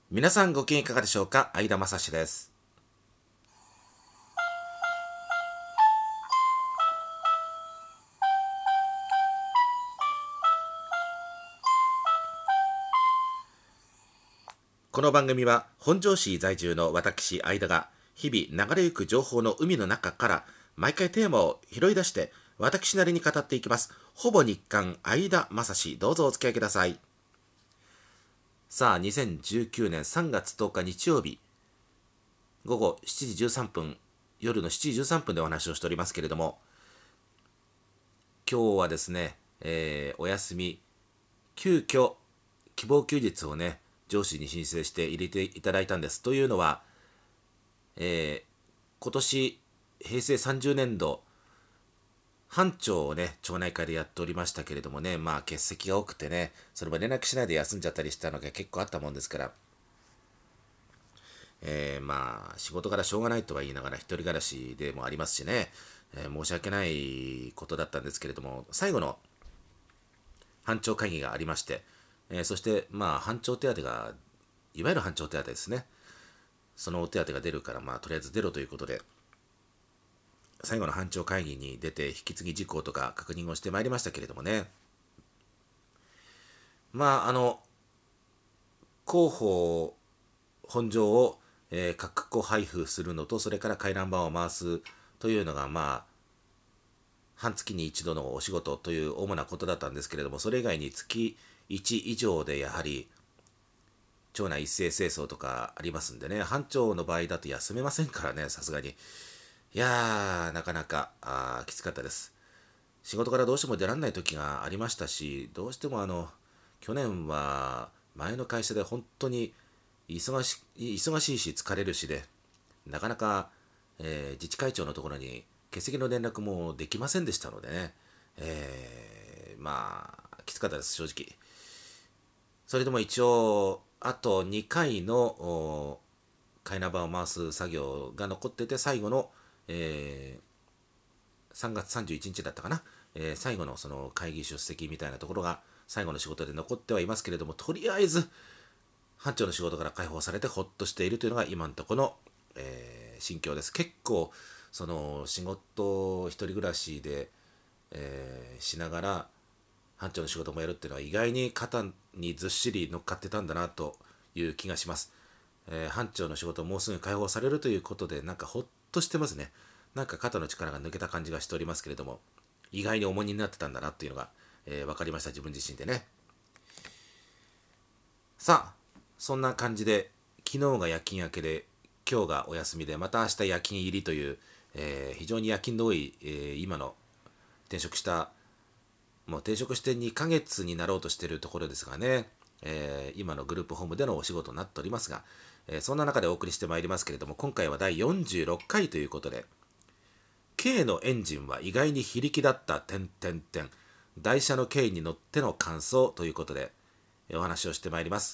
皆さんご機嫌いかがでしょうか。相田正史です。この番組は本庄市在住の私相田が日々流れゆく情報の海の中から毎回テーマを拾い出して私なりに語っていきます。ほぼ日刊相田正史、どうぞお付き合いください。さあ、2019年3月10日日曜日午後7時13分、夜の7時13分でお話をしておりますけれども、今日はですね、お休み、急遽希望休日をね、上司に申請して入れていただいたんです。というのは、今年平成30年度班長をね町内会でやっておりましたけれどもね、まあ欠席が多くてね、それも連絡しないで休んじゃったりしたのが結構あったもんですから、まあ仕事からしょうがないとは言いながら一人暮らしでもありますしね、申し訳ないことだったんですけれども、最後の班長会議がありまして、そしてまあ班長手当が、いわゆる班長手当ですね、そのお手当が出るから、まあとりあえず出ろということで、最後の班長会議に出て引き継ぎ事項とか確認をしてまいりましたけれどもね、まあ広報本庄を、各個配布するのと、それから回覧板を回すというのが、まあ半月に一度のお仕事という主なことだったんですけれども、それ以外に月1以上でやはり町内一斉清掃とかありますんでね、班長の場合だと休めませんからね、さすがに。いやー、なかなかきつかったです。仕事からどうしても出られない時がありましたし、どうしても去年は前の会社で本当に忙しいし疲れるしで、なかなか、自治会長のところに欠席の連絡もできませんでしたのでね、まあきつかったです、正直。それでも一応あと2回の回覧板を回す作業が残ってて、最後の、3月31日だったかな、最後のその会議出席みたいなところが最後の仕事で残ってはいますけれども、とりあえず班長の仕事から解放されてほっとしているというのが今のところの、心境です。結構その仕事一人暮らしで、しながら班長の仕事もやるっていうのは意外に肩にずっしり乗っかってたんだなという気がします。班長の仕事もうすぐ解放されるということで、なんかほっとしてますね。なんか肩の力が抜けた感じがしておりますけれども、意外に重荷になってたんだなっていうのが、分かりました、自分自身でね。さあ、そんな感じで昨日が夜勤明けで今日がお休みで、また明日夜勤入りという、非常に夜勤の多い、今の転職したもう転職して2ヶ月になろうとしているところですがね、今のグループホームでのお仕事になっておりますが、そんな中でお送りしてまいりますけれども、今回は第46回ということで、K のエンジンは意外に非力だった点点点、台車の K に乗っての感想ということで、お話をしてまいります。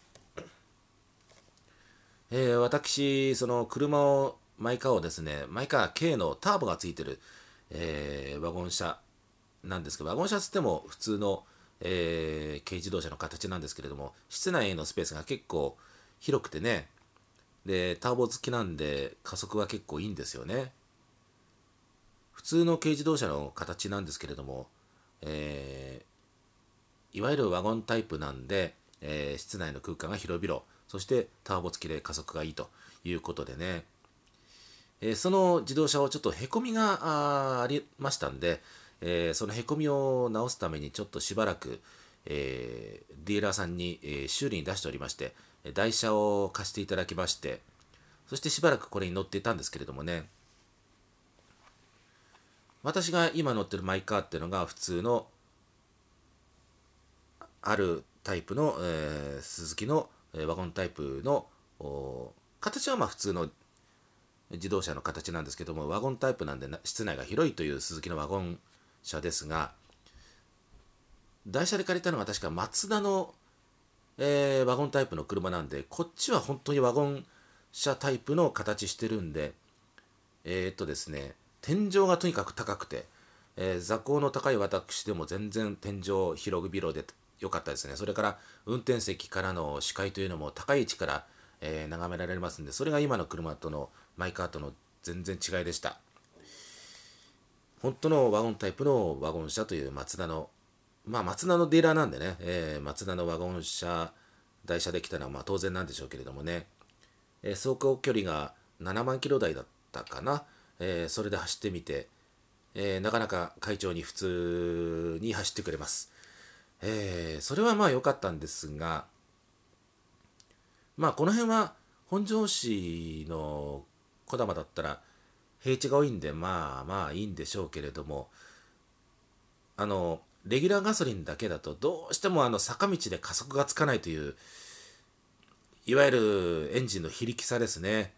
私、その車を、マイカーをですね、マイカー K のターボがついてる、ワゴン車なんですけど、ワゴン車つっても普通の、軽自動車の形なんですけれども、室内へのスペースが結構広くてね、で、ターボ付きなんで加速は結構いいんですよね。普通の軽自動車の形なんですけれども、えいわゆるワゴンタイプなんで、室内の空間が広々、そしてターボ付きで加速がいいということでね、その自動車をちょっとへこみがありましたんで、そのへこみを直すためにちょっとしばらく、ディーラーさんに、修理に出しておりまして、台車を貸していただきまして、そしてしばらくこれに乗っていたんですけれどもね、私が今乗ってるマイカーっていうのが普通のあるタイプの、スズキのワゴンタイプの形はまあ普通の自動車の形なんですけども、ワゴンタイプなんで室内が広いというスズキのワゴン車ですが、台車で借りたのが確かマツダの、ワゴンタイプの車なんで、こっちは本当にワゴン車タイプの形してるんで、ですね、天井がとにかく高くて、座高の高い私でも全然天井広々で、 良かったですね。それから運転席からの視界というのも高い位置から、眺められますんで、それが今の車とのマイカーとの全然違いでした。本当のワゴンタイプのワゴン車というマツダの、まあマツダのディーラーなんでね、マツダのワゴン車、台車できたのはまあ当然なんでしょうけれどもね、走行距離が7万キロ台だったかな、それで走ってみて、なかなか快調に普通に走ってくれます。それはまあ良かったんですが、まあこの辺は本庄市の小玉だったら平地が多いんでまあまあいいんでしょうけれども、レギュラーガソリンだけだとどうしても坂道で加速がつかないといういわゆるエンジンの非力さですね。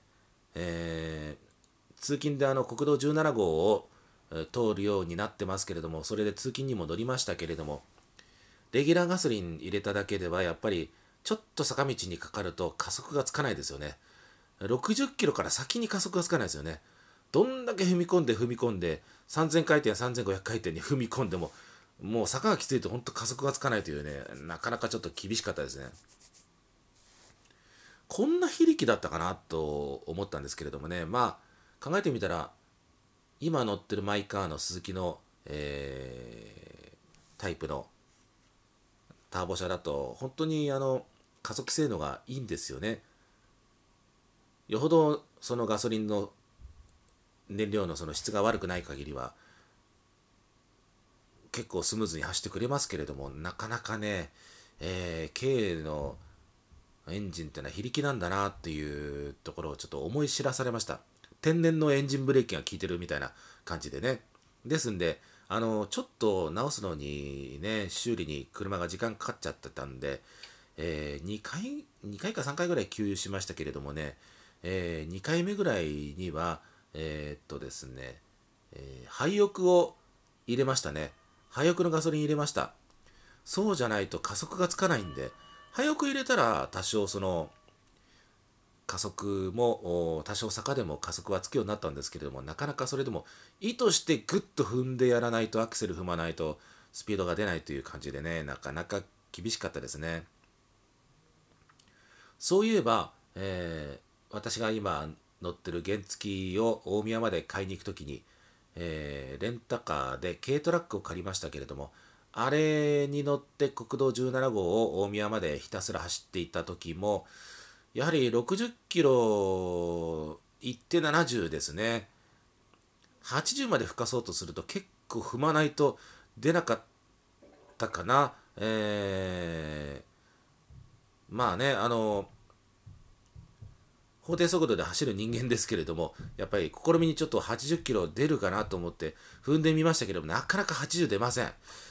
通勤で国道17号を通るようになってますけれども、それで通勤にも乗りましたけれども、レギュラーガソリン入れただけではやっぱりちょっと坂道にかかると加速がつかないですよね。60キロから先に加速がつかないですよね。どんだけ踏み込んで踏み込んで3000回転3500回転に踏み込んでも、もう坂がきついと本当加速がつかないというね、なかなかちょっと厳しかったですね。こんな非力だったかなと思ったんですけれどもね、まあ考えてみたら今乗ってるマイカーのスズキの、タイプのターボ車だと本当に加速性能がいいんですよね。よほどそのガソリンの燃料のその質が悪くない限りは結構スムーズに走ってくれますけれども、なかなかね、K のエンジンってのは非力なんだなっていうところをちょっと思い知らされました。天然のエンジンブレーキが効いてるみたいな感じでね。ですんで、ちょっと直すのにね、修理に車が時間かかっちゃってたんで、2回か3回ぐらい給油しましたけれどもね、2回目ぐらいには、ですね、廃屋を入れましたね。廃屋のガソリン入れました。そうじゃないと加速がつかないんで、早く入れたら多少その加速も多少坂でも加速はつくようになったんですけれども、なかなかそれでも意図してグッと踏んでやらないと、アクセル踏まないとスピードが出ないという感じでね、なかなか厳しかったですね。そういえば、私が今乗ってる原付を大宮まで買いに行くときに、レンタカーで軽トラックを借りましたけれども、あれに乗って国道17号を大宮までひたすら走っていた時も、やはり60キロ行って70ですね。80まで吹かそうとすると結構踏まないと出なかったかな。まあね、法定速度で走る人間ですけれども、やっぱり試みにちょっと80キロ出るかなと思って踏んでみましたけども、なかなか80出ません。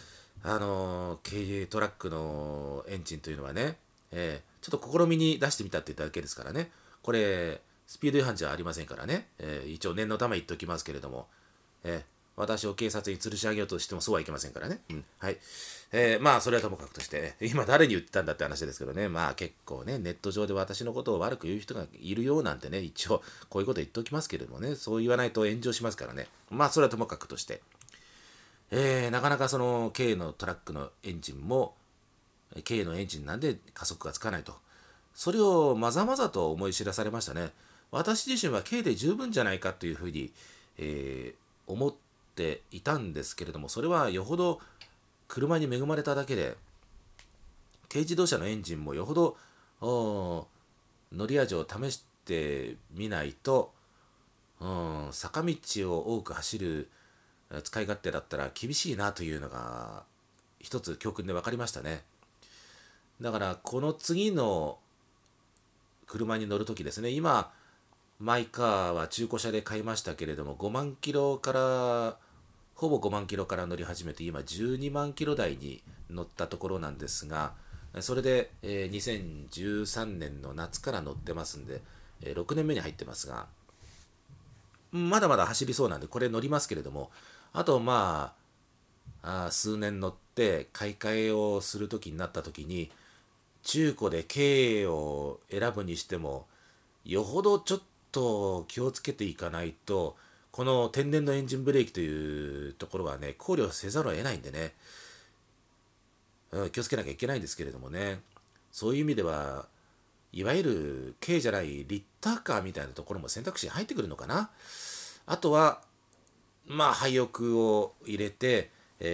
軽トラックのエンジンというのはね、ちょっと試みに出してみたって言っただけですからね、これ、スピード違反じゃありませんからね、一応念のため言っておきますけれども、私を警察に吊るし上げようとしてもそうはいけませんからね。うん、はい。まあ、それはともかくとして、今誰に言ってたんだって話ですけどね、まあ結構ね、ネット上で私のことを悪く言う人がいるようなんてね、一応こういうこと言っておきますけれどもね、そう言わないと炎上しますからね。まあ、それはともかくとして、なかなかその K のトラックのエンジンも K のエンジンなんで加速がつかないと。それをまざまざと思い知らされましたね。私自身は K で十分じゃないかというふうに、思っていたんですけれども、それはよほど車に恵まれただけで、軽自動車のエンジンもよほど乗り味を試してみないと、坂道を多く走る使い勝手だったら厳しいなというのが一つ教訓で分かりましたね。だからこの次の車に乗るときですね、今マイカーは中古車で買いましたけれども、5万キロからほぼ5万キロから乗り始めて今12万キロ台に乗ったところなんですが、それで、2013年の夏から乗ってますんで、6年目に入ってますが、まだまだ走りそうなんでこれ乗りますけれども、あとま数年乗って買い替えをする時になった時に、中古で軽を選ぶにしてもよほどちょっと気をつけていかないと、この天然のエンジンブレーキというところはね考慮せざるを得ないんでね、 気をつけなきゃいけないんですけれどもね、そういう意味ではいわゆる軽じゃないリッターカーみたいなところも選択肢に入ってくるのかな。あとはまあ廃屋を入れて、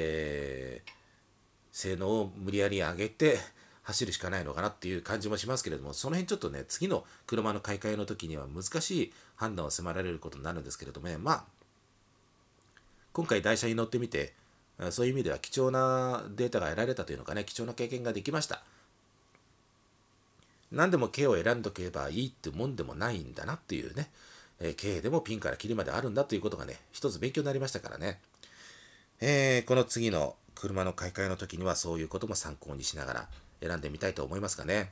性能を無理やり上げて走るしかないのかなっていう感じもしますけれども、その辺ちょっとね、次の車の買い替えの時には難しい判断を迫られることになるんですけれどもね、まあ今回台車に乗ってみて、そういう意味では貴重なデータが得られたというのかね、貴重な経験ができました。何でも軽を選んどけばいいってもんでもないんだなっていうね、軽でもピンからキリまであるんだということがね、一つ勉強になりましたからね。この次の車の買い替えの時にはそういうことも参考にしながら選んでみたいと思いますかね。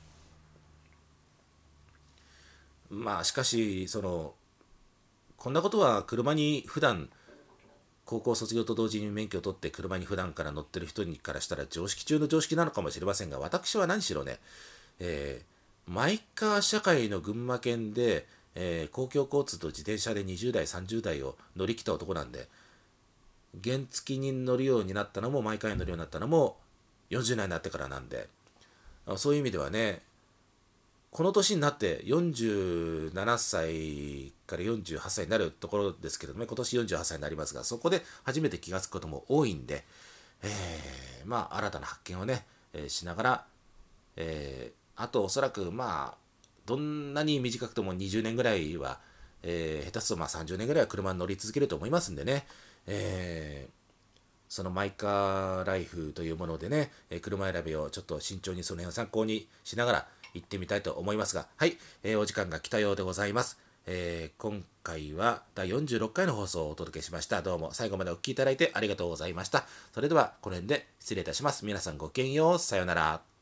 まあしかしこんなことは車に普段高校卒業と同時に免許を取って車に普段から乗ってる人にからしたら常識中の常識なのかもしれませんが、私は何しろね、マイカー社会の群馬県で、公共交通と自転車で20代30代を乗り切った男なんで、原付に乗るようになったのもマイカーに乗るようになったのも40代になってからなんで、そういう意味ではね、この年になって47歳から48歳になるところですけれども、今年48歳になりますが、そこで初めて気がつくことも多いんで、まあ新たな発見をね、しながら、あとおそらくまあどんなに短くとも20年ぐらいは、下手するとまあ30年ぐらいは車に乗り続けると思いますんでね、そのマイカーライフというものでね、車選びをちょっと慎重にその辺を参考にしながら行ってみたいと思いますが、はい、お時間が来たようでございます。今回は第46回の放送をお届けしました。どうも最後までお聴きいただいてありがとうございました。それではこの辺で失礼いたします。皆さんごきげんよう。さようなら。